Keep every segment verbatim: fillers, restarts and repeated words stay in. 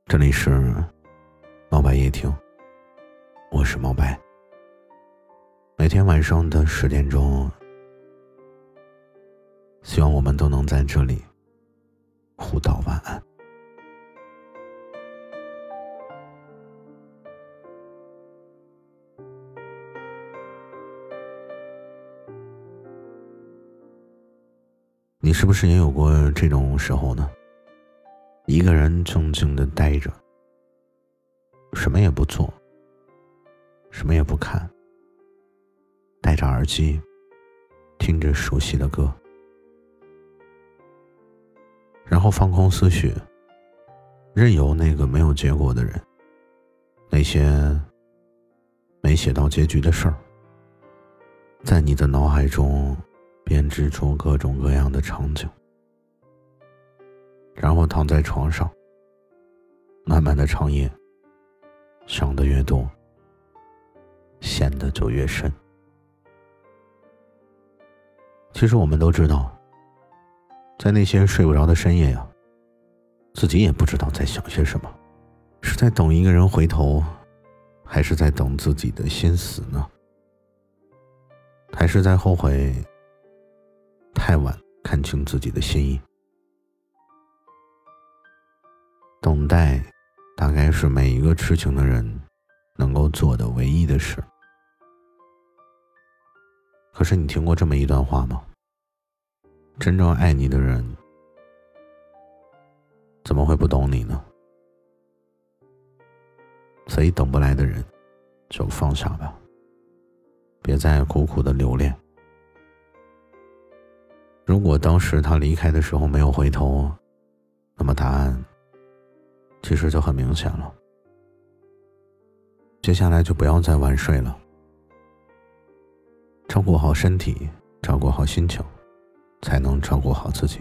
这里是猫白夜听，我是猫白。每天晚上的十点钟，希望我们都能在这里互道晚安。你是不是也有过这种时候呢？一个人静静地待着，什么也不做，什么也不看，戴着耳机，听着熟悉的歌，然后放空思绪，任由那个没有结果的人，那些没写到结局的事儿，在你的脑海中编织出各种各样的场景，然后躺在床上，漫漫的长夜，想得越多，陷得就越深。其实我们都知道，在那些睡不着的深夜呀、啊，自己也不知道在想些什么，是在等一个人回头，还是在等自己的心死呢？还是在后悔太晚看清自己的心意？等待大概是每一个痴情的人能够做的唯一的事。可是你听过这么一段话吗？真正爱你的人怎么会不懂你呢？所以等不来的人就放下吧，别再苦苦的留恋。如果当时他离开的时候没有回头，那么答案其实就很明显了。接下来就不要再晚睡了，照顾好身体，照顾好心情，才能照顾好自己。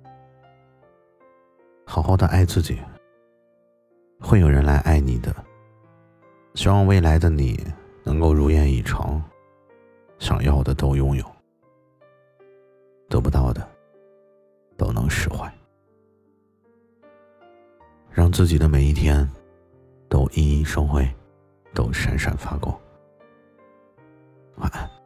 好好的爱自己，会有人来爱你的。希望未来的你能够如愿以偿，想要的都拥有，得不到的都能释怀，让自己的每一天都熠熠生辉，都闪闪发光。晚安。